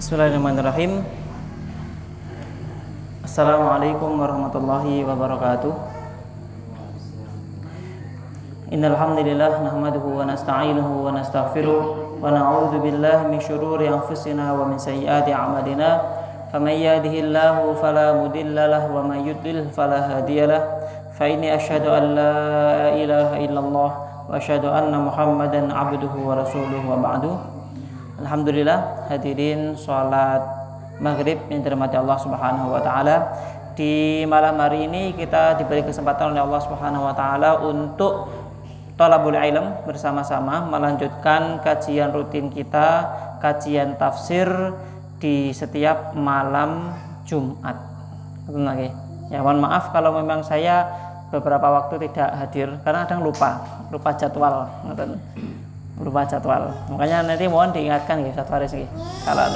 Bismillahirrahmanirrahim. Assalamualaikum warahmatullahi wabarakatuh. Innal hamdalillah nahmaduhu wa nasta'inuhu wa nastaghfiruh wa na'udzu billahi min shururi anfusina wa min sayyiati a'malina. Faman yahdihillahu fala mudilla lahu wa man yudlil fala hadiyalah. Fa inni asyhadu an la ilaha illallah wa asyhadu anna Muhammadan 'abduhu wa rasuluhu wa ba'du. Alhamdulillah, hadirin sholat maghrib yang dirahmati Allah Subhanahu wa taala. Di malam hari ini kita diberi kesempatan oleh Allah Subhanahu wa taala untuk thalabul ilm bersama-sama melanjutkan kajian rutin kita, kajian tafsir di setiap malam Jumat. Ya, mohon maaf kalau memang saya beberapa waktu tidak hadir karena kadang lupa jadwal. Makanya nanti mohon diingatkan ya satu hari sih kalau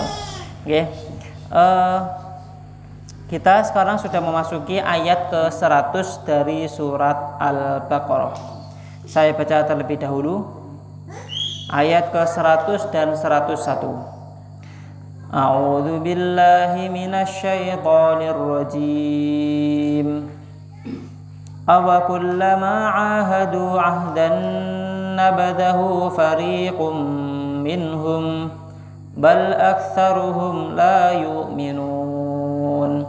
kita sekarang sudah memasuki ayat ke-100 dari surat Al-Baqarah. Saya baca terlebih dahulu ayat ke-100 dan 101. A'udzu billahi minasyaitonir rajim. Awa kullama 'ahadu 'ahdan nabadahu fariqum minhum bal aktsaruhum la yu'minun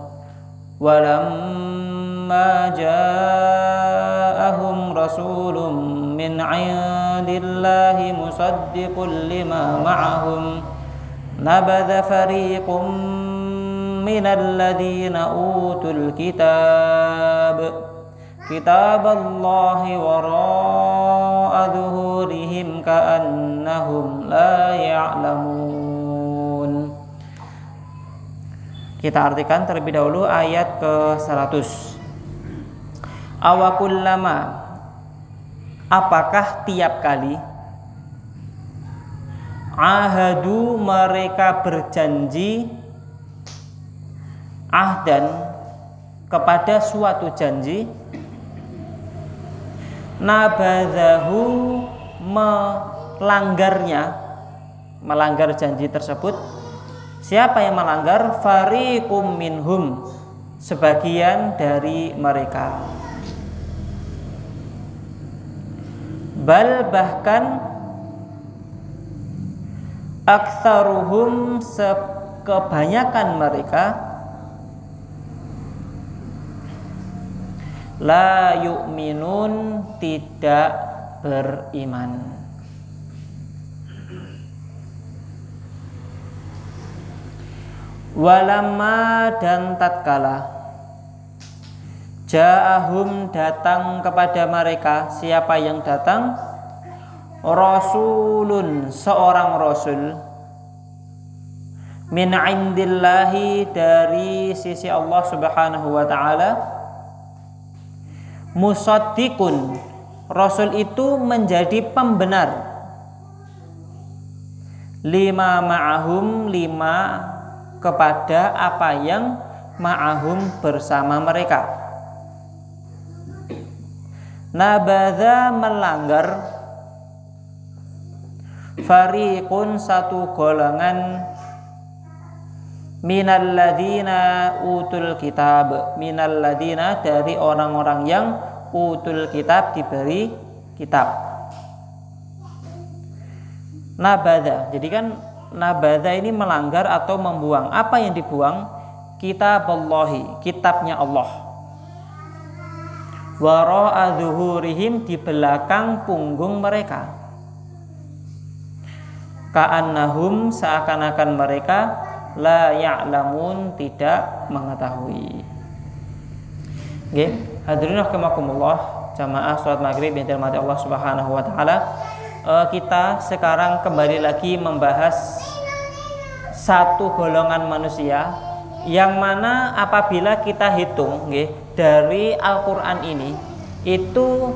walamma ja'ahum rasulun min 'indillahi musaddiqun lima ma'ahum nabadha fariqum minal ladzina utul kitab kitaballahi wara'a dhuhurihim ka'annahum la ya'lamun. Kita artikan terlebih dahulu ayat ke-100. Awakullama, apakah tiap kali ahadu mereka berjanji ahdan kepada suatu janji nabadhahu melanggar janji tersebut. Siapa yang melanggar? Fariqum minhum, sebagian dari mereka. Bal bahkan aktsaruhum, kebanyakan mereka la yu'minun, tidak beriman. Walamma, dan tatkala ja'ahum, datang kepada mereka. Siapa yang datang? Rasulun, seorang rasul, min indillahi, dari sisi Allah Subhanahu wa taala. Musaddiqun, rasul itu menjadi pembenar. Lima ma'ahum, kepada apa yang ma'ahum, bersama mereka. Nabadha, melanggar. Fariqun, satu golongan. Minalladzina utul kitab, minalladzina, dari orang-orang yang utul kitab, diberi kitab. Nabadha, jadi kan nabadha ini melanggar atau membuang. Apa yang dibuang? Kitaballahi, kitabnya Allah. Wara'a dhuhurihim, di belakang punggung mereka. Ka'annahum, seakan-akan mereka la ya'lamun, tidak mengetahui. Hadirin rahimakumullah, jamaah salat maghrib yang dirahmati Allah Subhanahu wa taala. Kita sekarang kembali lagi membahas satu golongan manusia yang mana apabila kita hitung dari Al-Qur'an ini, itu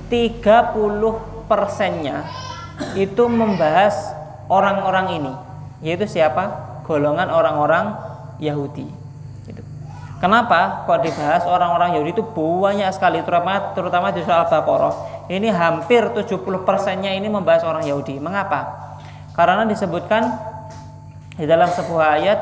30%-nya itu membahas orang-orang ini, yaitu siapa? Golongan orang-orang Yahudi. Kenapa kok dibahas orang-orang Yahudi? Itu banyak sekali, terutama di surah Al-Baqarah. Ini hampir 70%-nya ini membahas orang Yahudi. Mengapa? Karena disebutkan di dalam sebuah ayat,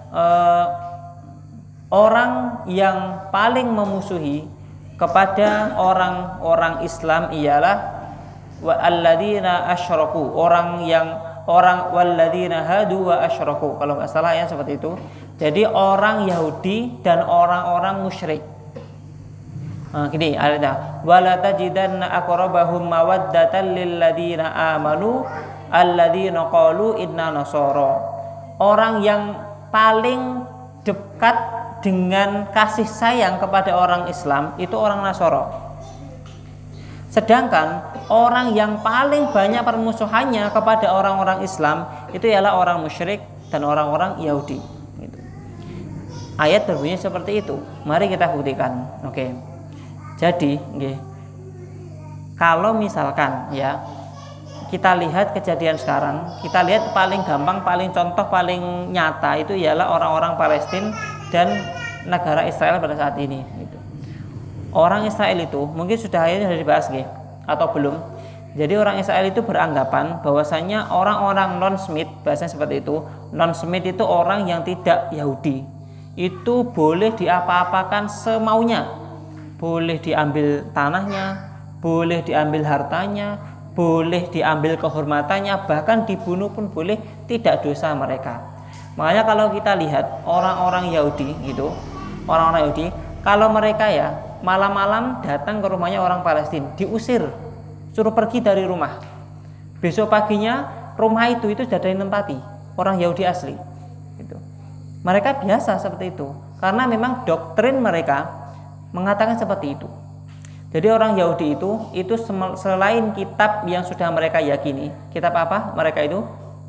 orang yang paling memusuhi kepada orang-orang Islam ialah walladzina asyraku, orang walladzina hadu wa asyraku, kalau nggak salah ya seperti itu. Jadi orang Yahudi dan orang-orang musyrik. Gini ayatnya, wala tajidanna aqrabahum mawaddatan lil ladzina amanu alladzina qalu inna nasara. Orang yang paling dekat dengan kasih sayang kepada orang Islam itu orang Nasara. Sedangkan orang yang paling banyak permusuhannya kepada orang-orang Islam itu ialah orang musyrik dan orang-orang Yahudi. Gitu. Ayat berbunyi seperti itu. Mari kita buktikan. Oke. Jadi, kalau misalkan ya kita lihat kejadian sekarang, kita lihat paling gampang, paling contoh, paling nyata itu ialah orang-orang Palestina dan negara Israel pada saat ini. Gitu. Orang Israel itu mungkin sudah dibahas atau belum. Jadi orang Israel itu beranggapan bahwasanya orang-orang non-Semit, bahasanya seperti itu, non-Semit itu orang yang tidak Yahudi, itu boleh diapa-apakan semaunya, boleh diambil tanahnya, boleh diambil hartanya, boleh diambil kehormatannya, bahkan dibunuh pun boleh, tidak dosa mereka. Makanya kalau kita lihat orang-orang Yahudi gitu, orang-orang Yahudi, kalau mereka ya malam-malam datang ke rumahnya orang Palestina, diusir, suruh pergi dari rumah. Besok paginya rumah itu sudah ada yang nempati, orang Yahudi asli. Gitu. Mereka biasa seperti itu, karena memang doktrin mereka mengatakan seperti itu. Jadi orang Yahudi itu selain kitab yang sudah mereka yakini, kitab apa mereka itu?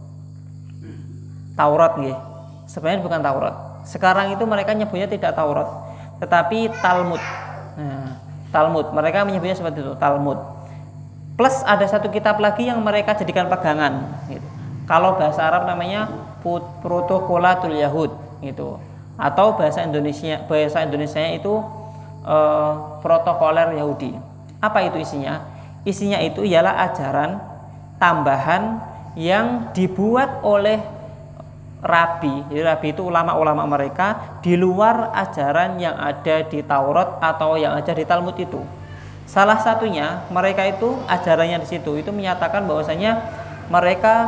Taurat, sebenarnya bukan Taurat. Sekarang itu mereka nyebutnya tidak Taurat, tetapi Talmud. Nah, Talmud, mereka menyebutnya seperti itu, Talmud. Plus ada satu kitab lagi yang mereka jadikan pegangan. Gitu. Kalau bahasa Arab namanya Protokolatul Yahud, gitu. Atau bahasa Indonesia itu protokoler Yahudi. Apa itu isinya? Isinya itu ialah ajaran tambahan yang dibuat oleh rabi. Jadi rabi itu ulama-ulama mereka di luar ajaran yang ada di Taurat atau yang ada di Talmud itu. Salah satunya mereka itu ajarannya di situ itu menyatakan bahwasanya mereka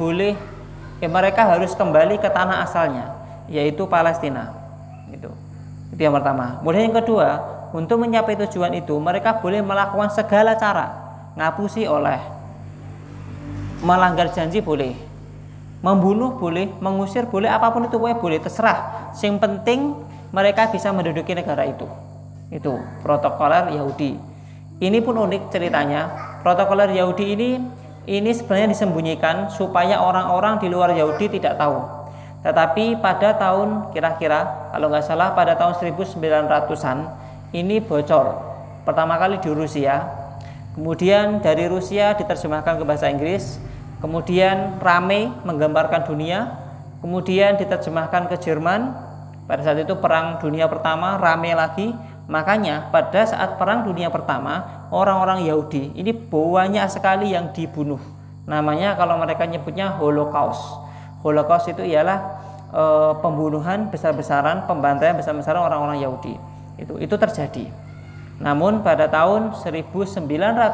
harus kembali ke tanah asalnya, yaitu Palestina. Itu yang pertama. Kemudian yang kedua, untuk mencapai tujuan itu mereka boleh melakukan segala cara, ngapusi oleh, melanggar janji boleh, membunuh boleh, mengusir boleh, apapun itu boleh, terserah. Yang penting mereka bisa menduduki negara itu. Itu protokoler Yahudi. Ini pun unik ceritanya. Protokoler Yahudi ini sebenarnya disembunyikan supaya orang-orang di luar Yahudi tidak tahu. Tetapi pada tahun kira-kira kalau nggak salah pada tahun 1900-an ini bocor pertama kali di Rusia. Kemudian dari Rusia diterjemahkan ke bahasa Inggris. Kemudian rame menggambarkan dunia, kemudian diterjemahkan ke Jerman. Pada saat itu Perang Dunia Pertama rame lagi. Makanya pada saat Perang Dunia Pertama orang-orang Yahudi ini banyak sekali yang dibunuh. Namanya kalau mereka nyebutnya Holocaust. Holocaust itu ialah pembunuhan besar-besaran, pembantaian besar-besaran orang-orang Yahudi. Itu terjadi. Namun pada tahun 1946,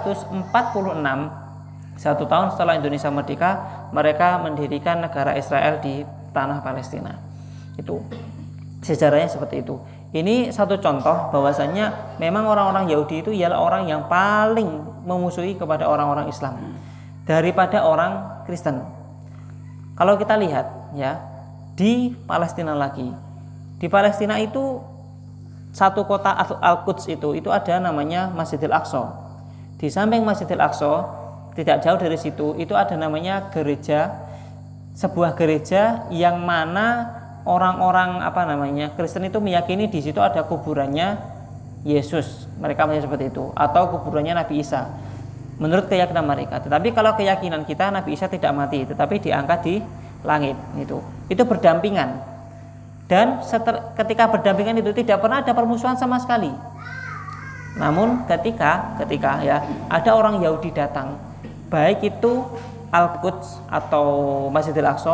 satu tahun setelah Indonesia merdeka, mereka mendirikan negara Israel di tanah Palestina. Itu sejarahnya seperti itu. Ini satu contoh bahwasanya memang orang-orang Yahudi itu ialah orang yang paling memusuhi kepada orang-orang Islam daripada orang Kristen. Kalau kita lihat ya di Palestina lagi, di Palestina itu satu kota Al-Quds itu ada namanya Masjidil Aqsa. Di samping Masjidil Aqsa tidak jauh dari situ itu ada namanya gereja, sebuah gereja yang mana orang-orang Kristen itu meyakini di situ ada kuburannya Yesus, mereka meyakini seperti itu, atau kuburannya Nabi Isa menurut keyakinan mereka. Tetapi kalau keyakinan kita Nabi Isa tidak mati, tetapi diangkat di langit. Itu berdampingan. Dan ketika berdampingan itu tidak pernah ada permusuhan sama sekali. Namun ketika ya ada orang Yahudi datang, baik itu Al-Quds atau Masjidil Aqsa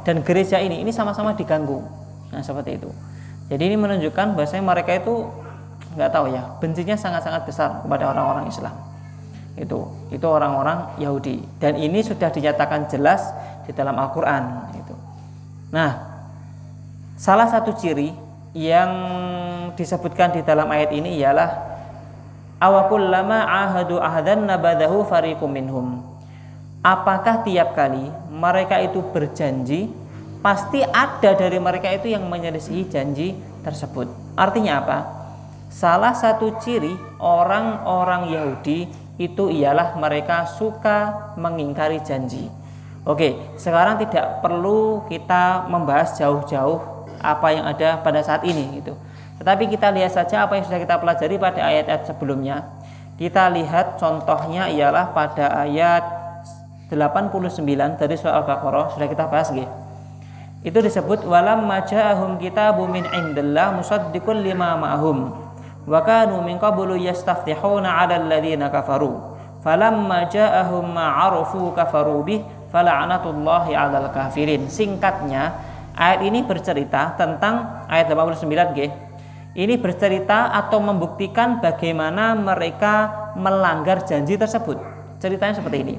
dan gereja ini sama-sama diganggu. Nah, seperti itu. Jadi ini menunjukkan bahwasanya mereka itu nggak tahu ya, bencinya sangat-sangat besar kepada orang-orang Islam. Itu orang-orang Yahudi, dan ini sudah dinyatakan jelas di dalam Al-Qur'an itu. Nah, salah satu ciri yang disebutkan di dalam ayat ini ialah awakullama ahadu ahadan nabadahu fariqum minhum. Apakah tiap kali mereka itu berjanji, pasti ada dari mereka itu yang menyelisihi janji tersebut. Artinya apa? Salah satu ciri orang-orang Yahudi itu ialah mereka suka mengingkari janji. Oke, sekarang tidak perlu kita membahas jauh-jauh apa yang ada pada saat ini gitu. Tetapi kita lihat saja apa yang sudah kita pelajari pada ayat-ayat sebelumnya. Kita lihat contohnya ialah pada ayat 89 dari surah Al-Baqarah, sudah kita bahas nggih. Itu disebut walamma ja'ahum kitabun min indillah musaddiqun lima ma'ahum wa kanu min qablu yastaftihuna 'alal ladzina kafaru falamma ja'ahum ma 'arafu kafaru bih fala'natullahi 'alal kafirin. Singkatnya, ayat ini bercerita tentang ayat 89 nggih. Ini bercerita atau membuktikan bagaimana mereka melanggar janji tersebut. Ceritanya seperti ini.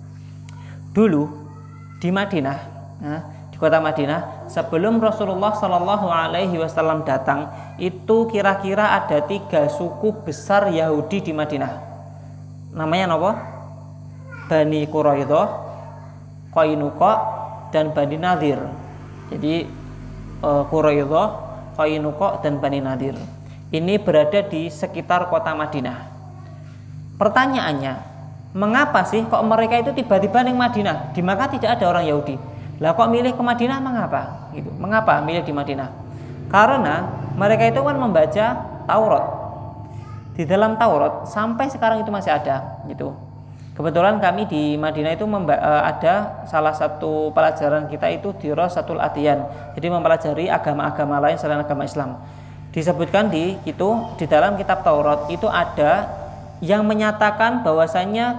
Dulu di Madinah, di kota Madinah, sebelum Rasulullah Shallallahu Alaihi Wasallam datang, itu kira-kira ada 3 suku besar Yahudi di Madinah. Namanya apa? Bani Quraidah, Qainuqa, dan Bani Nadir. Jadi Quraidah, Qainuqa, dan Bani Nadir ini berada di sekitar kota Madinah. Pertanyaannya, mengapa sih kok mereka itu tiba-tiba di Madinah? Di Makkah tidak ada orang Yahudi. Lah kok milih ke Madinah, mengapa? Gitu. Mengapa milih di Madinah? Karena mereka itu kan membaca Taurat. Di dalam Taurat sampai sekarang itu masih ada gitu. Kebetulan kami di Madinah itu ada salah satu pelajaran kita itu Dirasatul Adyan. Jadi mempelajari agama-agama lain selain agama Islam. Disebutkan di dalam kitab Taurat itu ada yang menyatakan bahwasanya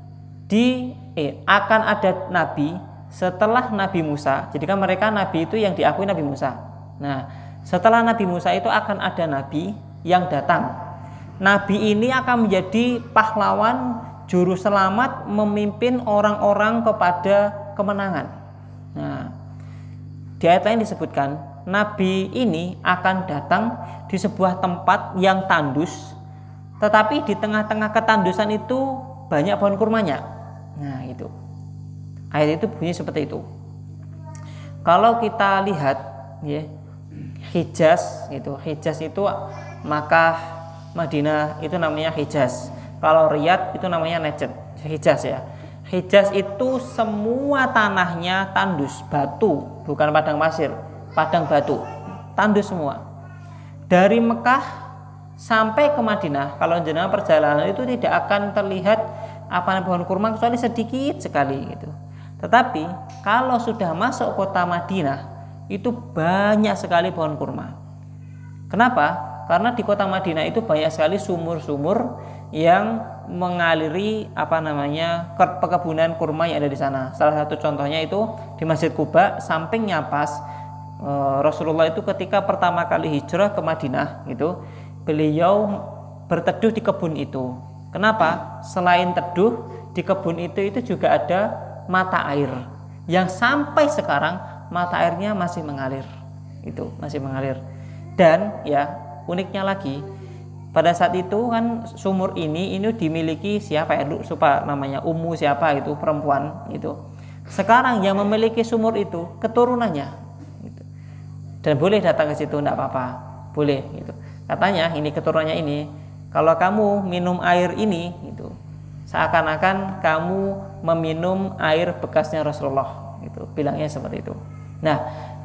akan ada nabi setelah Nabi Musa. Jadi kan mereka nabi itu yang diakui Nabi Musa. Nah, setelah Nabi Musa itu akan ada nabi yang datang. Nabi ini akan menjadi pahlawan, juru selamat, memimpin orang-orang kepada kemenangan. Nah, di ayat lain disebutkan nabi ini akan datang di sebuah tempat yang tandus, tetapi di tengah-tengah ketandusan itu banyak pohon kurmanya. Nah, itu. Ayat itu bunyi seperti itu. Kalau kita lihat ya, Hijaz itu Makkah, Madinah itu namanya Hijaz. Kalau Riyadh itu namanya Najd. Hijaz ya. Hijaz itu semua tanahnya tandus, batu, bukan padang pasir, padang batu. Tandus semua. Dari Mekah sampai ke Madinah, kalau jenengan perjalanan itu tidak akan terlihat pohon kurma kecuali sedikit sekali gitu. Tetapi kalau sudah masuk kota Madinah itu banyak sekali pohon kurma. Kenapa? Karena di kota Madinah itu banyak sekali sumur-sumur yang mengaliri perkebunan kurma yang ada di sana. Salah satu contohnya itu di Masjid Quba, sampingnya pas Rasulullah itu ketika pertama kali hijrah ke Madinah gitu, beliau berteduh di kebun itu. Kenapa? Selain teduh di kebun itu juga ada mata air yang sampai sekarang mata airnya masih mengalir. Itu masih mengalir. Dan ya uniknya lagi, pada saat itu kan sumur ini dimiliki siapa ya? Lupa namanya, Ummu siapa itu, perempuan itu. Sekarang yang memiliki sumur itu keturunannya. Gitu. Dan boleh datang ke situ, enggak apa-apa. Boleh gitu. Katanya ini keturunannya ini, kalau kamu minum air ini gitu, seakan-akan kamu meminum air bekasnya Rasulullah gitu, bilangnya seperti itu. Nah,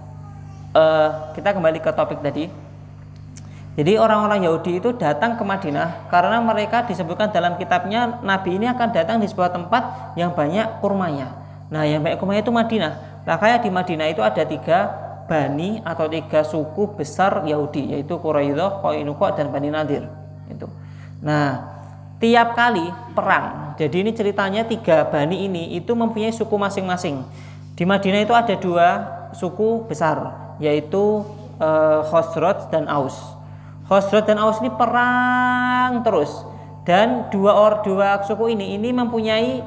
kita kembali ke topik tadi. Jadi orang-orang Yahudi itu datang ke Madinah karena mereka disebutkan dalam kitabnya Nabi ini akan datang di sebuah tempat yang banyak kurmanya. Nah, yang banyak kurmanya itu Madinah. Nah, kayak di Madinah itu ada 3 bani atau 3 suku besar Yahudi, yaitu Quraidah, Qainuqa, dan Bani Nadir. Itu. Nah, tiap kali perang, jadi ini ceritanya 3 bani ini itu mempunyai suku masing-masing. Di Madinah itu ada 2 suku besar, yaitu Khosraj dan Aus. Khosraj dan Aus ini perang terus, dan dua suku ini mempunyai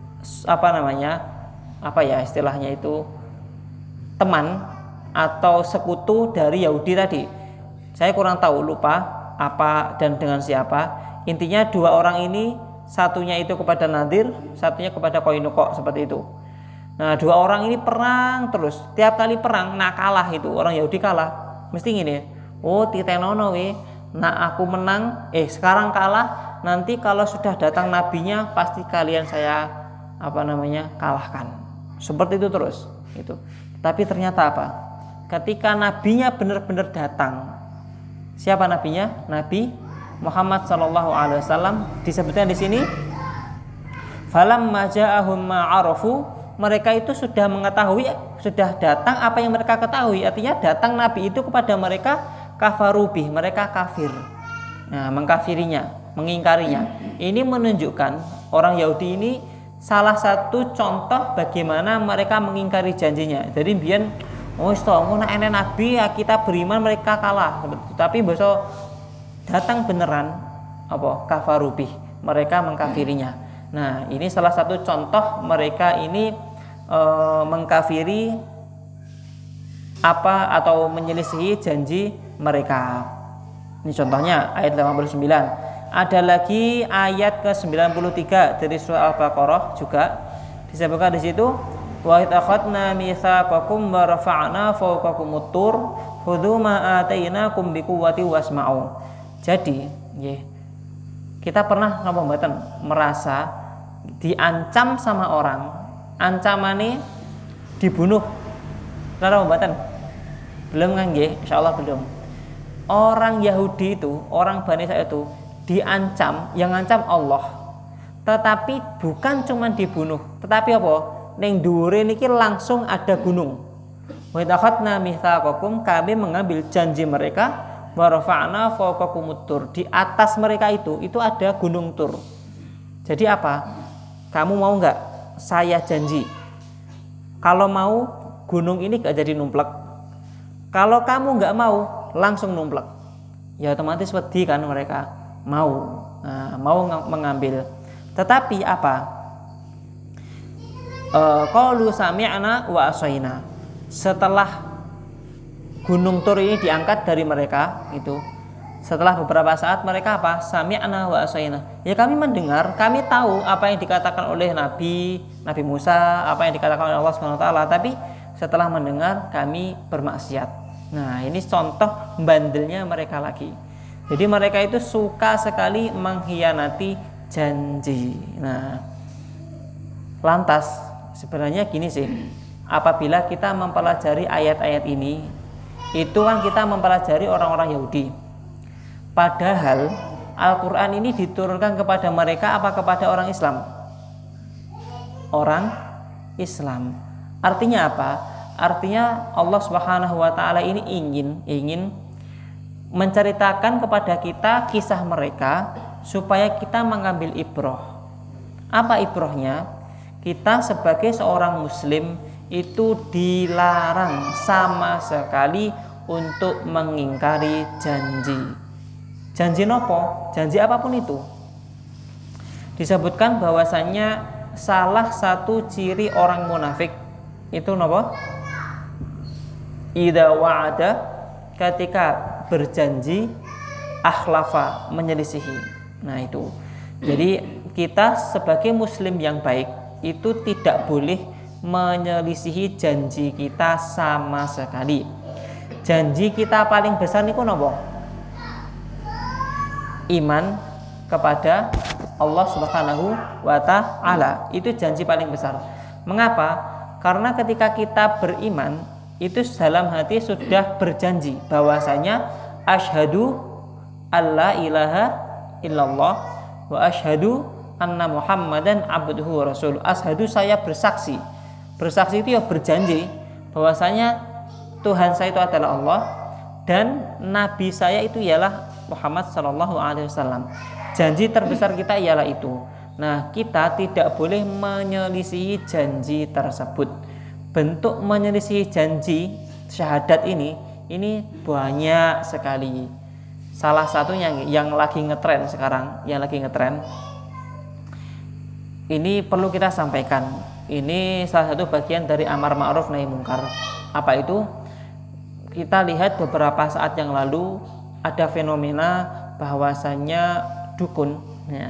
istilahnya itu teman atau sekutu dari Yahudi tadi. Saya kurang tahu, lupa apa dan dengan siapa. Intinya dua orang ini, satunya itu kepada Nadir, satunya kepada Qainuqa, seperti itu. Nah, dua orang ini perang terus. Tiap kali perang, kalah itu orang Yahudi kalah. Mesti gini, oh titenono we, aku menang, sekarang kalah. Nanti kalau sudah datang nabinya, pasti kalian saya kalahkan. Seperti itu terus. Itu. Tapi ternyata apa? Ketika nabinya benar-benar datang, siapa nabinya? Nabi Muhammad sallallahu alaihi wasallam. Disebutnya di sini, falamma ja'ahum ma'arafu, mereka itu sudah mengetahui, sudah datang apa yang mereka ketahui. Artinya datang nabi itu kepada mereka, kafarubih, mereka kafir. Nah, mengkafirinya, mengingkarinya. Ini menunjukkan orang Yahudi ini salah satu contoh bagaimana mereka mengingkari janjinya. Jadi biar enen nabi ya kita beriman, mereka kalah. Tapi besok datang beneran kafarubih, mereka mengkafirinya. Nah, ini salah satu contoh mereka ini mengkafiri atau menyelisihi janji mereka. Ini contohnya ayat 89. Ada lagi ayat ke-93 dari surah Al-Baqarah juga disebutkan di situ, wa idh akhadna mitsaqakum wa rafa'na fawqakumut tur khudhu ma atainakum biquwwati wasma'u. Jadi, kita pernah merasa diancam sama orang, ancamannya dibunuh. Pernah belum kan nggih? Insyaallah belum. Orang Yahudi itu, orang Bani Israil itu diancam, yang ngancam Allah. Tetapi bukan cuma dibunuh, tetapi ning dhuwure niki langsung ada gunung. Wa takhadna mitsaqakum, kami mengambil janji mereka, wa rafa'na fawqakumut tur. Di atas mereka itu ada gunung Tur. Jadi apa? Kamu mau enggak? Saya janji. Kalau mau, gunung ini enggak jadi numplek. Kalau kamu enggak mau, langsung numplek. Ya otomatis wedi kan mereka. Mau mengambil. Tetapi apa? Qalu sami'na wa asaina. Setelah gunung Tur ini diangkat dari mereka itu, setelah beberapa saat mereka sami'na wa asaina. Ya kami mendengar, kami tahu apa yang dikatakan oleh Nabi Musa, apa yang dikatakan oleh Allah Subhanahu wa taala, tapi setelah mendengar kami bermaksiat. Nah, ini contoh bandelnya mereka lagi. Jadi mereka itu suka sekali mengkhianati janji. Nah, lantas sebenarnya gini sih, apabila kita mempelajari ayat-ayat ini, itu kan kita mempelajari orang-orang Yahudi. Padahal Al-Quran ini diturunkan kepada mereka kepada orang Islam? Orang Islam. Artinya apa? Artinya Allah Subhanahu wa taala ini ingin menceritakan kepada kita kisah mereka supaya kita mengambil ibrah. Apa ibrahnya? Kita sebagai seorang muslim itu dilarang sama sekali untuk mengingkari janji. Janji nopo? Janji apapun itu. Disebutkan bahwasannya salah satu ciri orang munafik itu nopo? Idza wa'ada, ketika berjanji, akhlafa, menyelisihi. Nah itu. Jadi kita sebagai muslim yang baik itu tidak boleh menyelisihi janji kita sama sekali. Janji kita paling besar niku napa? Iman kepada Allah Subhanahu wa taala. Itu janji paling besar. Mengapa? Karena ketika kita beriman, itu dalam hati sudah berjanji bahwasanya asyhadu alla ilaha illallah wa asyhadu anna Muhammadan abduhu wa rasuluh. Asyhadu, saya bersaksi. Bersaksi itu ya berjanji bahwasanya Tuhan saya itu adalah Allah dan nabi saya itu ialah Muhammad sallallahu alaihi wasallam. Janji terbesar kita ialah itu. Nah, kita tidak boleh menyelisihi janji tersebut. bentuk menyelisih janji syahadat ini banyak sekali. Salah satunya yang lagi ngetren sekarang, ini perlu kita sampaikan. Ini salah satu bagian dari amar ma'ruf nahi mungkar. Apa itu? Kita lihat beberapa saat yang lalu ada fenomena bahwasannya dukun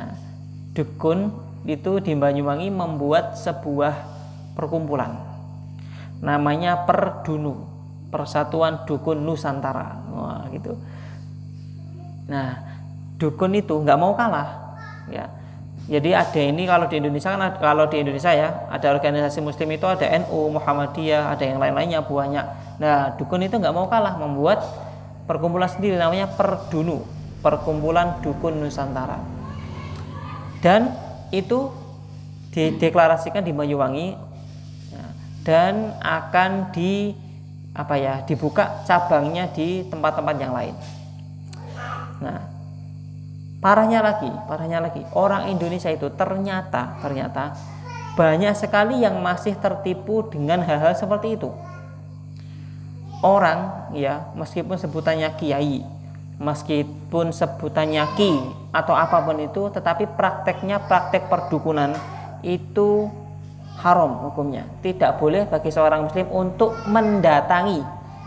itu di Banyuwangi membuat sebuah perkumpulan namanya Perdunu, Persatuan Dukun Nusantara. Wah, gitu. Nah, dukun itu nggak mau kalah, ya. Jadi ada ini kalau di Indonesia ya, ada organisasi Muslim itu ada NU, Muhammadiyah, ada yang lain-lainnya banyak. Nah, dukun itu nggak mau kalah, membuat perkumpulan sendiri namanya Perdunu, Perkumpulan Dukun Nusantara. Dan itu dideklarasikan di Banyuwangi, dan akan dibuka cabangnya di tempat-tempat yang lain. Nah, parahnya lagi, orang Indonesia itu ternyata banyak sekali yang masih tertipu dengan hal-hal seperti itu. Orang ya, meskipun sebutannya kiai, meskipun sebutannya ki atau apapun itu, tetapi praktek perdukunan itu haram hukumnya. Tidak boleh bagi seorang muslim untuk mendatangi,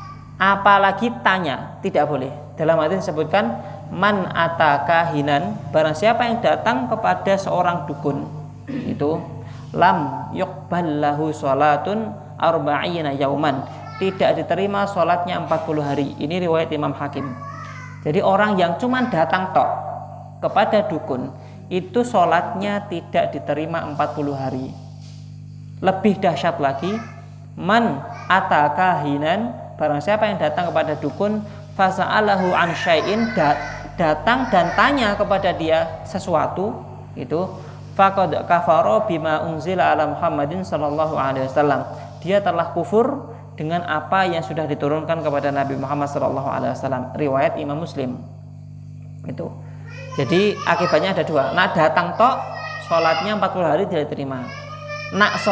apalagi tanya, tidak boleh. Dalam hadis disebutkan man atakahinan, barang siapa yang datang kepada seorang dukun itu lam yuqballahu salatun arba'ina yauman, tidak diterima salatnya 40 hari. Ini riwayat Imam Hakim. Jadi orang yang cuma datang tok kepada dukun itu salatnya tidak diterima 40 hari. Lebih dahsyat lagi, man atakahinan, barang siapa yang datang kepada dukun fasa'alahu an syai'in, datang dan tanya kepada dia sesuatu, itu faqad kafara bima unzila ala Muhammadin sallallahu alaihi wasallam, dia telah kufur dengan apa yang sudah diturunkan kepada Nabi Muhammad sallallahu alaihi wasallam. Riwayat Imam Muslim. Itu. Jadi akibatnya ada dua. Nak datang tok, salatnya 40 hari tidak diterima. Nak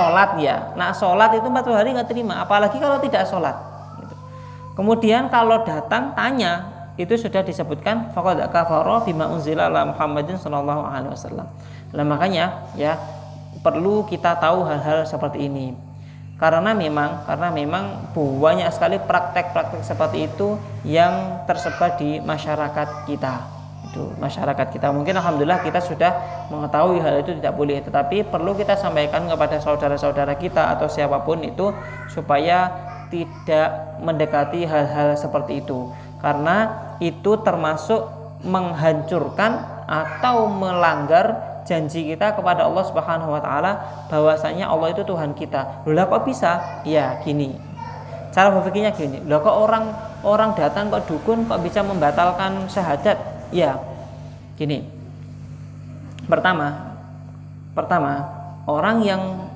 salat itu 40 hari nggak terima, apalagi kalau tidak salat. Gitu. Kemudian kalau datang tanya, itu sudah disebutkan faqad kafara bima unzila ala Muhammadin sallallahu alaihi wasallam. Nah, makanya ya perlu kita tahu hal-hal seperti ini. Karena memang banyak sekali praktek-praktek seperti itu yang tersebar di masyarakat kita. Masyarakat kita mungkin alhamdulillah kita sudah mengetahui hal itu tidak boleh, tetapi perlu kita sampaikan kepada saudara-saudara kita atau siapapun itu supaya tidak mendekati hal-hal seperti itu, karena itu termasuk menghancurkan atau melanggar janji kita kepada Allah Subhanahu wa taala bahwasanya Allah itu Tuhan kita. Loh, kok bisa? Ya gini. Cara berpikirnya gini. Loh, kok orang datang ke dukun kok bisa membatalkan syahadat? Ya. Gini. Pertama, orang yang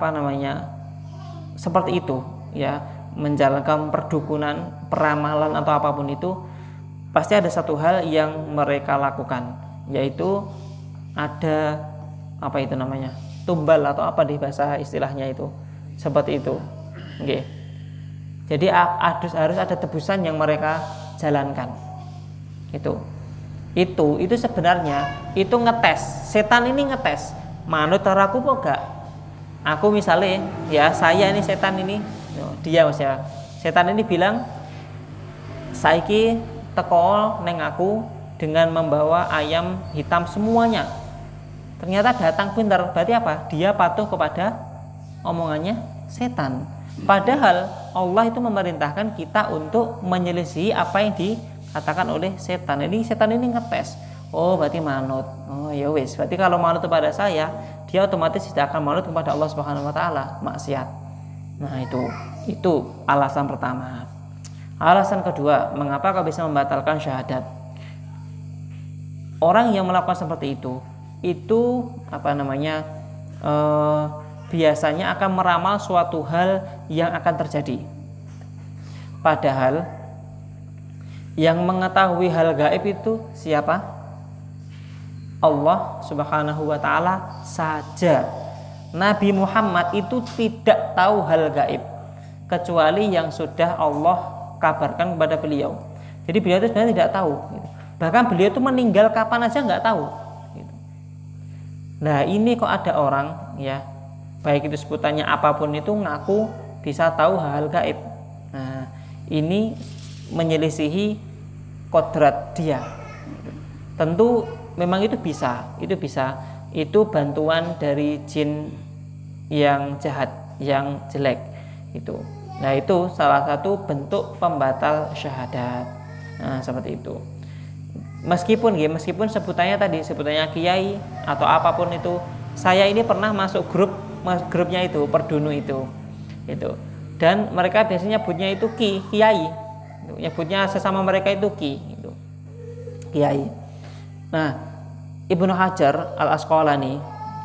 seperti itu ya, menjalankan perdukunan, peramalan atau apapun itu, pasti ada satu hal yang mereka lakukan, yaitu ada tumbal atau apa di bahasa istilahnya itu, seperti itu. Oke. Jadi harus ada tebusan yang mereka jalankan. Itu sebenarnya itu ngetes. Setan ini ngetes. Manut taraku kok gak? Aku misalnya ya, saya ini setan ini, dia Mas ya. Setan ini bilang, "Saiki teko neng aku dengan membawa ayam hitam semuanya." Ternyata datang pintar. Berarti apa? Dia patuh kepada omongannya setan. Padahal Allah itu memerintahkan kita untuk menyelisihi apa yang dikatakan oleh setan. Ini setan ini ngetes. Oh, berarti manut. Oh, ya wis. Berarti kalau manut kepada saya, dia otomatis tidak akan manut kepada Allah Subhanahu wa taala, maksiat. Nah, itu alasan pertama. Alasan kedua, mengapa kau bisa membatalkan syahadat? Orang yang melakukan seperti itu biasanya akan meramal suatu hal yang akan terjadi. Padahal yang mengetahui hal gaib itu siapa? Allah Subhanahu wa taala saja. Nabi Muhammad itu tidak tahu hal gaib. kecuali yang sudah Allah kabarkan kepada beliau. Jadi beliau itu sebenarnya tidak tahu. Bahkan beliau itu meninggal kapan aja nggak tahu. Nah ini kok ada orang ya, baik itu sebutannya apapun itu ngaku bisa tahu hal-hal gaib. Nah ini menyelisihi kodrat dia. Tentu memang itu bisa. Itu bantuan dari jin yang jahat, yang jelek itu. Nah itu salah satu bentuk pembatal syahadat. Nah seperti itu. Meskipun sebutannya kiai atau apapun itu, saya ini pernah masuk grupnya itu, Perdunu itu. Dan mereka biasanya nyebutnya itu kiai. Nyebutnya sesama mereka itu kiai. Nah, Ibnu Hajar Al-Asqalani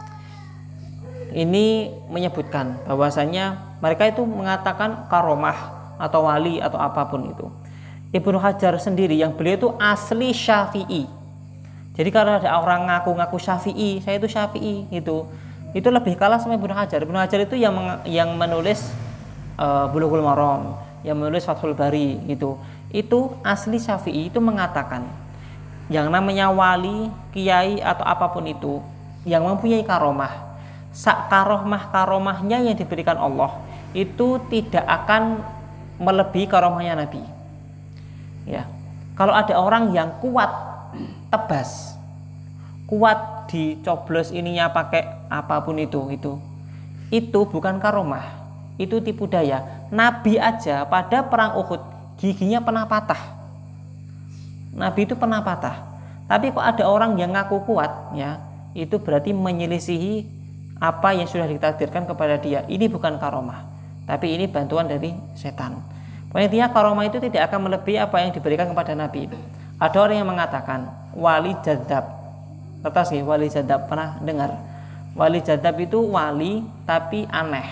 ini menyebutkan bahwasanya mereka itu mengatakan karomah atau wali atau apapun itu. Ibnu Hajar sendiri yang beliau itu asli Syafi'i. Jadi kalau ada orang ngaku-ngaku Syafi'i, saya itu Syafi'i itu lebih kalah sama Ibnu Hajar. Ibnu Hajar itu yang menulis Bulughul Maram, yang menulis Fathul Bari itu asli Syafi'i, itu mengatakan yang namanya wali, kiai atau apapun itu yang mempunyai karomah, karomahnya yang diberikan Allah itu tidak akan melebihi karomahnya Nabi. Ya, kalau ada orang yang kuat tebas, kuat dicoblos ininya pakai apapun itu bukan karomah, itu tipu daya. Nabi aja pada perang Uhud giginya pernah patah. Nabi itu pernah patah. Tapi kok ada orang yang ngaku kuat, ya, itu berarti menyelisihi apa yang sudah ditakdirkan kepada dia. Ini bukan karomah, tapi ini bantuan dari setan. Intinya karomah itu tidak akan melebihi apa yang diberikan kepada Nabi. Ada orang yang mengatakan wali jadzab. Kertas ya, wali jadzab, pernah dengar? Wali jadzab itu wali tapi aneh.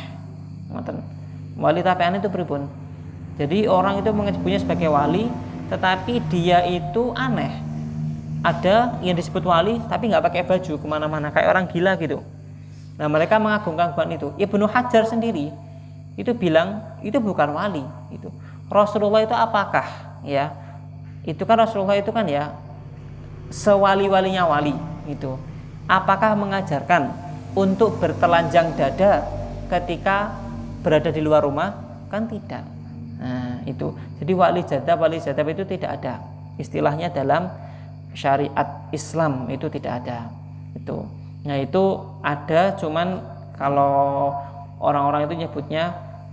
Wali tapi aneh itu pripun? Jadi orang itu menyebutnya sebagai wali, tetapi dia itu aneh. Ada yang disebut wali tapi nggak pakai baju kemana-mana, kayak orang gila gitu. Nah mereka mengagungkan itu. Ibnu Hajar sendiri itu bilang itu bukan wali. Rasulullah itu apakah ya? Itu kan Rasulullah itu kan ya sewali-walinya wali gitu. Apakah mengajarkan untuk bertelanjang dada ketika berada di luar rumah? Kan tidak. Nah itu. Jadi wali jadzab itu tidak ada. Istilahnya dalam syariat Islam itu tidak ada. Nah itu ada, cuman kalau orang-orang itu nyebutnya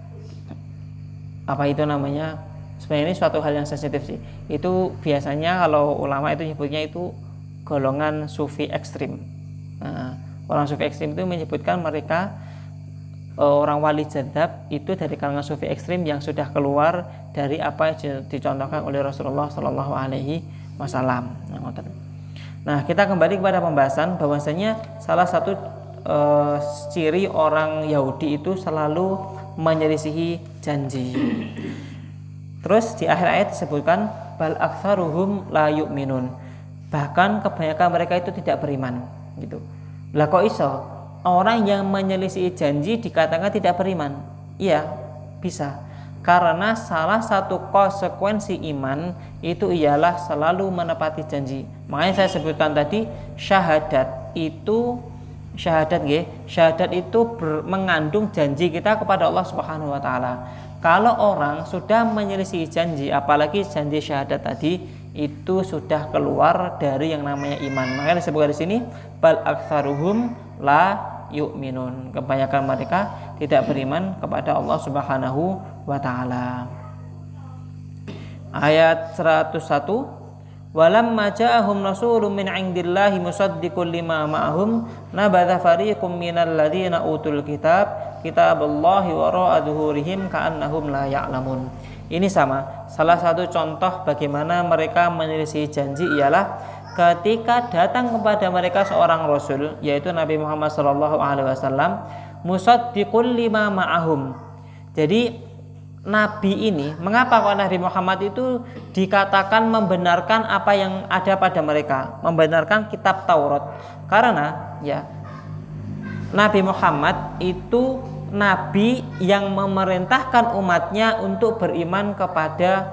apa itu namanya, sebenarnya ini suatu hal yang sensitif sih. Itu biasanya kalau ulama itu nyebutnya itu golongan sufi ekstrim. Nah, orang sufi ekstrim itu menyebutkan mereka orang wali jadzab itu dari kalangan sufi ekstrim yang sudah keluar dari apa yang dicontohkan oleh Rasulullah Shallallahu Alaihi Wasallam. Nah, kita kembali kepada pembahasan bahwasanya salah satu ciri orang Yahudi itu selalu menyelisihi janji. Terus di akhir ayat disebutkan bal aktsaruhum la yu'minun. Bahkan kebanyakan mereka itu tidak beriman gitu. Lah kok iso orang yang menyelisihi janji dikatakan tidak beriman? Iya, bisa. Karena salah satu konsekuensi iman itu ialah selalu menepati janji. Makanya saya sebutkan tadi syahadat itu mengandung janji kita kepada Allah Subhanahu wa taala. Kalau orang sudah menyelisih janji, apalagi janji syahadat tadi, itu sudah keluar dari yang namanya iman. Makanya disebutkan di sini bal aktsaruhum la yu'minun. Kebanyakan mereka tidak beriman kepada Allah Subhanahu wa taala. Ayat 101, walamma ja'ahum rasulun min 'indillahi musaddiqun lima ma'ahum nabadha fariqum minal ladzina utul kitaballahi wara'a dhuhurihim ka'annahum la ya'lamun. Ini sama, salah satu contoh bagaimana mereka menyelisih janji ialah ketika datang kepada mereka seorang rasul, yaitu Nabi Muhammad SAW, musaddiqul lima ma'ahum. Jadi Nabi ini, mengapa kok Nabi Muhammad itu dikatakan membenarkan apa yang ada pada mereka, membenarkan kitab Taurat? Karena ya Nabi Muhammad itu nabi yang memerintahkan umatnya untuk beriman kepada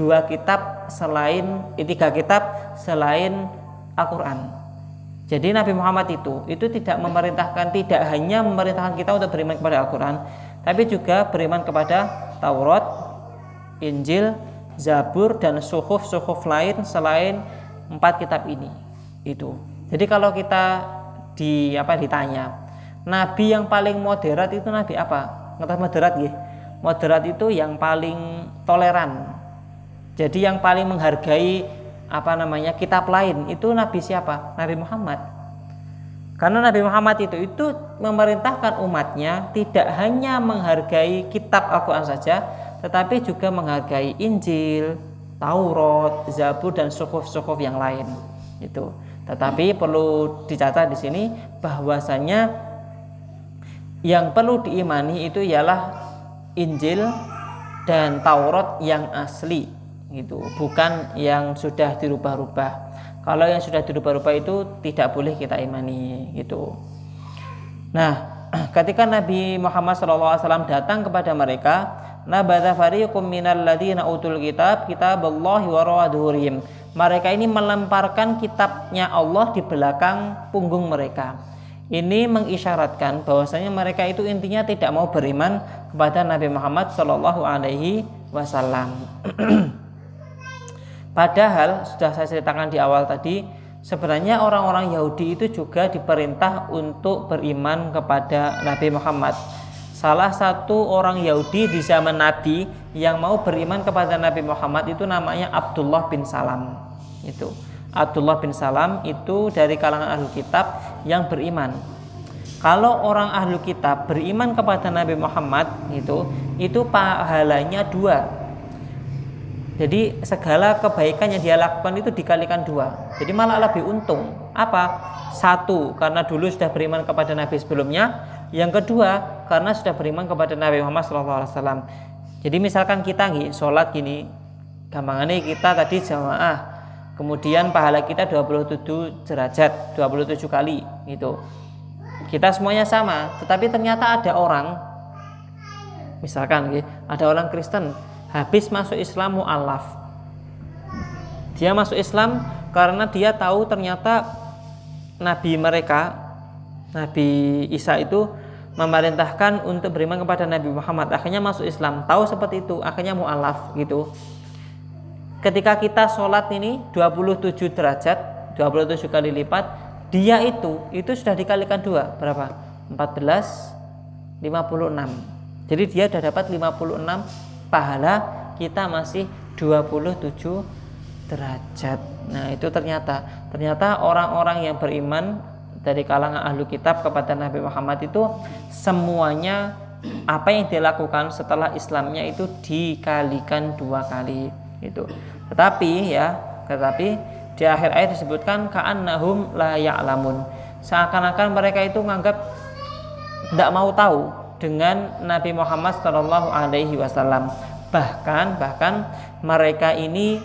tiga kitab selain Al-Quran. Jadi Nabi Muhammad itu tidak hanya memerintahkan kita untuk beriman kepada Al-Quran, tapi juga beriman kepada Taurat, Injil, Zabur, dan suhuf lain selain 4 kitab ini. Itu. Jadi kalau kita ditanya, nabi yang paling moderat itu nabi apa? Ngerti moderat nggih? Moderat itu yang paling toleran. Jadi yang paling menghargai kitab lain itu nabi siapa? Nabi Muhammad. Karena Nabi Muhammad itu memerintahkan umatnya tidak hanya menghargai kitab Al-Quran saja, tetapi juga menghargai Injil, Taurat, Zabur, dan suhuf yang lain. Itu. Tetapi perlu dicatat di sini bahwasanya yang perlu diimani itu ialah Injil dan Taurat yang asli. Gitu, bukan yang sudah dirubah-rubah. Kalau yang sudah dirubah-rubah itu tidak boleh kita imani gitu. Nah, ketika Nabi Muhammad SAW datang kepada mereka, nabadha fariqum minal ladzina utul kitaballahi wara'a dhuhurihim. Mereka ini melemparkan kitabnya Allah di belakang punggung mereka. Ini mengisyaratkan bahwasanya mereka itu intinya tidak mau beriman kepada Nabi Muhammad SAW. Padahal sudah saya ceritakan di awal tadi, sebenarnya orang-orang Yahudi itu juga diperintah untuk beriman kepada Nabi Muhammad. Salah satu orang Yahudi di zaman Nabi yang mau beriman kepada Nabi Muhammad itu namanya Abdullah bin Salam. Itu Abdullah bin Salam itu dari kalangan ahli kitab yang beriman. Kalau orang ahli kitab beriman kepada Nabi Muhammad itu pahalanya 2. Jadi segala kebaikan yang dia lakukan itu dikalikan 2. Jadi malah lebih untung. Apa? 1, karena dulu sudah beriman kepada Nabi sebelumnya. Yang kedua, karena sudah beriman kepada Nabi Muhammad SAW. Jadi misalkan kita sholat gini, gampangannya kita tadi jamaah, kemudian pahala kita 27 derajat, 27 kali gitu. Kita semuanya sama, tetapi ternyata ada orang, misalkan ada orang Kristen habis masuk Islam mu'alaf. Dia masuk Islam karena dia tahu ternyata Nabi mereka, Nabi Isa itu memerintahkan untuk beriman kepada Nabi Muhammad. Akhirnya masuk Islam, tahu seperti itu, akhirnya mu'alaf gitu. Ketika kita sholat ini 27 derajat, 27 kali lipat, dia itu sudah dikalikan 2, berapa? 14, 56. Jadi dia sudah dapat 56 pahala, kita masih 27 derajat. Nah, itu ternyata orang-orang yang beriman dari kalangan ahlu kitab kepada Nabi Muhammad itu semuanya apa yang dilakukan setelah Islamnya itu dikalikan 2 kali itu. Tetapi di akhir ayat disebutkan ka'annahum la ya'lamun. Seakan-akan mereka itu menganggap tidak mau tahu dengan Nabi Muhammad SAW. Bahkan mereka ini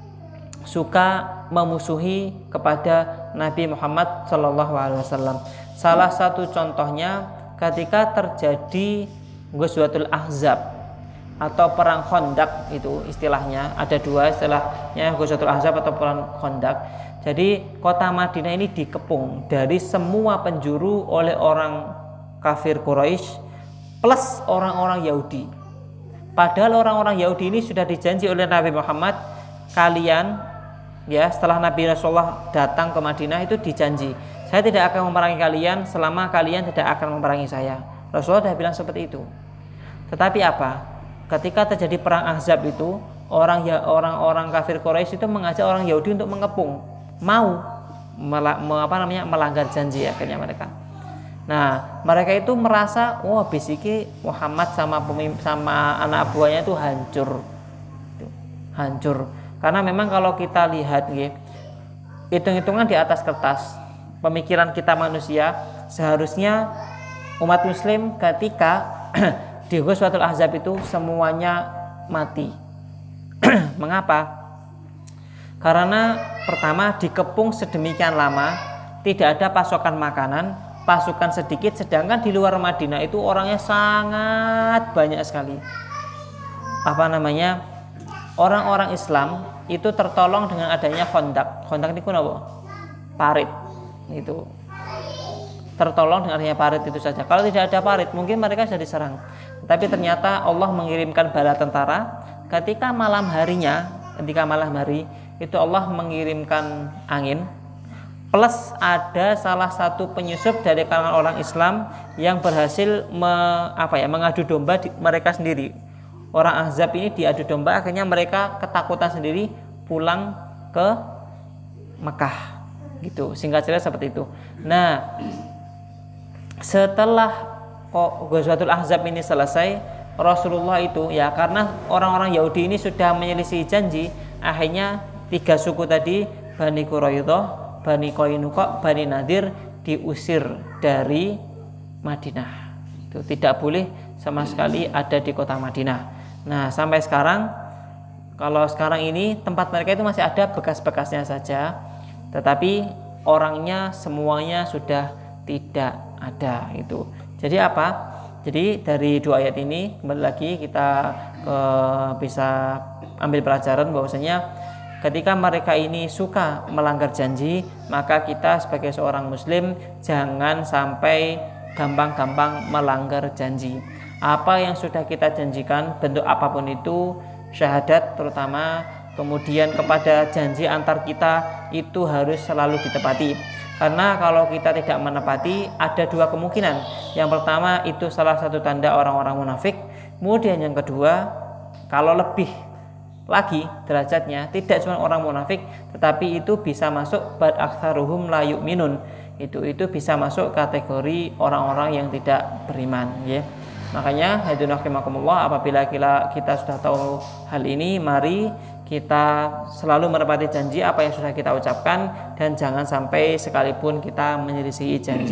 suka memusuhi kepada Nabi Muhammad SAW. Salah satu contohnya ketika terjadi Ghazwatul Ahzab atau perang Khandaq, itu istilahnya ada 2 istilahnya, Ghazwatul Ahzab atau perang Khandaq. Jadi kota Madinah ini dikepung dari semua penjuru oleh orang kafir Quraisy plus orang-orang Yahudi. Padahal orang-orang Yahudi ini sudah dijanji oleh Nabi Muhammad, kalian setelah Nabi Rasulullah datang ke Madinah itu dijanji, saya tidak akan memerangi kalian selama kalian tidak akan memerangi saya. Rasulullah sudah bilang seperti itu. Tetapi apa? Ketika terjadi perang Ahzab itu, orang-orang kafir Quraisy itu mengajak orang Yahudi untuk mengepung, melanggar janji akhirnya mereka. Nah, mereka itu merasa, wah bisiki Muhammad sama anak buahnya itu hancur. Karena memang kalau kita lihat hitung-hitungan di atas kertas, pemikiran kita manusia, seharusnya umat muslim ketika di Ghazwatul Ahzab itu semuanya mati. Mengapa? Karena pertama dikepung sedemikian lama, tidak ada pasokan makanan, pasukan sedikit, sedangkan di luar Madinah itu orangnya sangat banyak sekali. Orang-orang Islam itu tertolong dengan adanya Khandaq. Khandaq itu apa? Parit. Itu tertolong dengan adanya parit itu saja. Kalau tidak ada parit, mungkin mereka sudah diserang. Tapi ternyata Allah mengirimkan bala tentara. Ketika malam hari itu Allah mengirimkan angin. Plus ada salah satu penyusup dari kalangan orang Islam yang berhasil mengadu domba mereka sendiri. Orang Ahzab ini diadu domba, akhirnya mereka ketakutan sendiri pulang ke Mekah. Gitu. Singkat cerita seperti itu. Nah, setelah Ghazwatul Ahzab ini selesai, Rasulullah itu ya karena orang-orang Yahudi ini sudah menyelisih janji, akhirnya 3 suku tadi, Bani Quraidah, Bani Qainuqa, Bani Nadir diusir dari Madinah. Itu tidak boleh sama sekali ada di kota Madinah. Nah, sampai sekarang kalau sekarang ini tempat mereka itu masih ada bekas-bekasnya saja, tetapi orangnya semuanya sudah tidak ada itu. Jadi apa? Jadi dari 2 ayat ini kembali lagi kita bisa ambil pelajaran bahwasanya ketika mereka ini suka melanggar janji, maka kita sebagai seorang muslim jangan sampai gampang-gampang melanggar janji. Apa yang sudah kita janjikan, bentuk apapun itu, syahadat terutama, kemudian kepada janji antar kita itu harus selalu ditepati. Karena kalau kita tidak menepati, ada 2 kemungkinan. Yang pertama itu salah satu tanda orang-orang munafik. Kemudian yang kedua, kalau lebih lagi derajatnya, tidak cuma orang munafik, tetapi itu bisa masuk bad aktsaruhum la yu'minun. Itu bisa masuk kategori orang-orang yang tidak beriman, ya. Makanya hadirin rahimakumullah, apabila kita sudah tahu hal ini, mari kita selalu menepati janji apa yang sudah kita ucapkan dan jangan sampai sekalipun kita menyelisihi janji.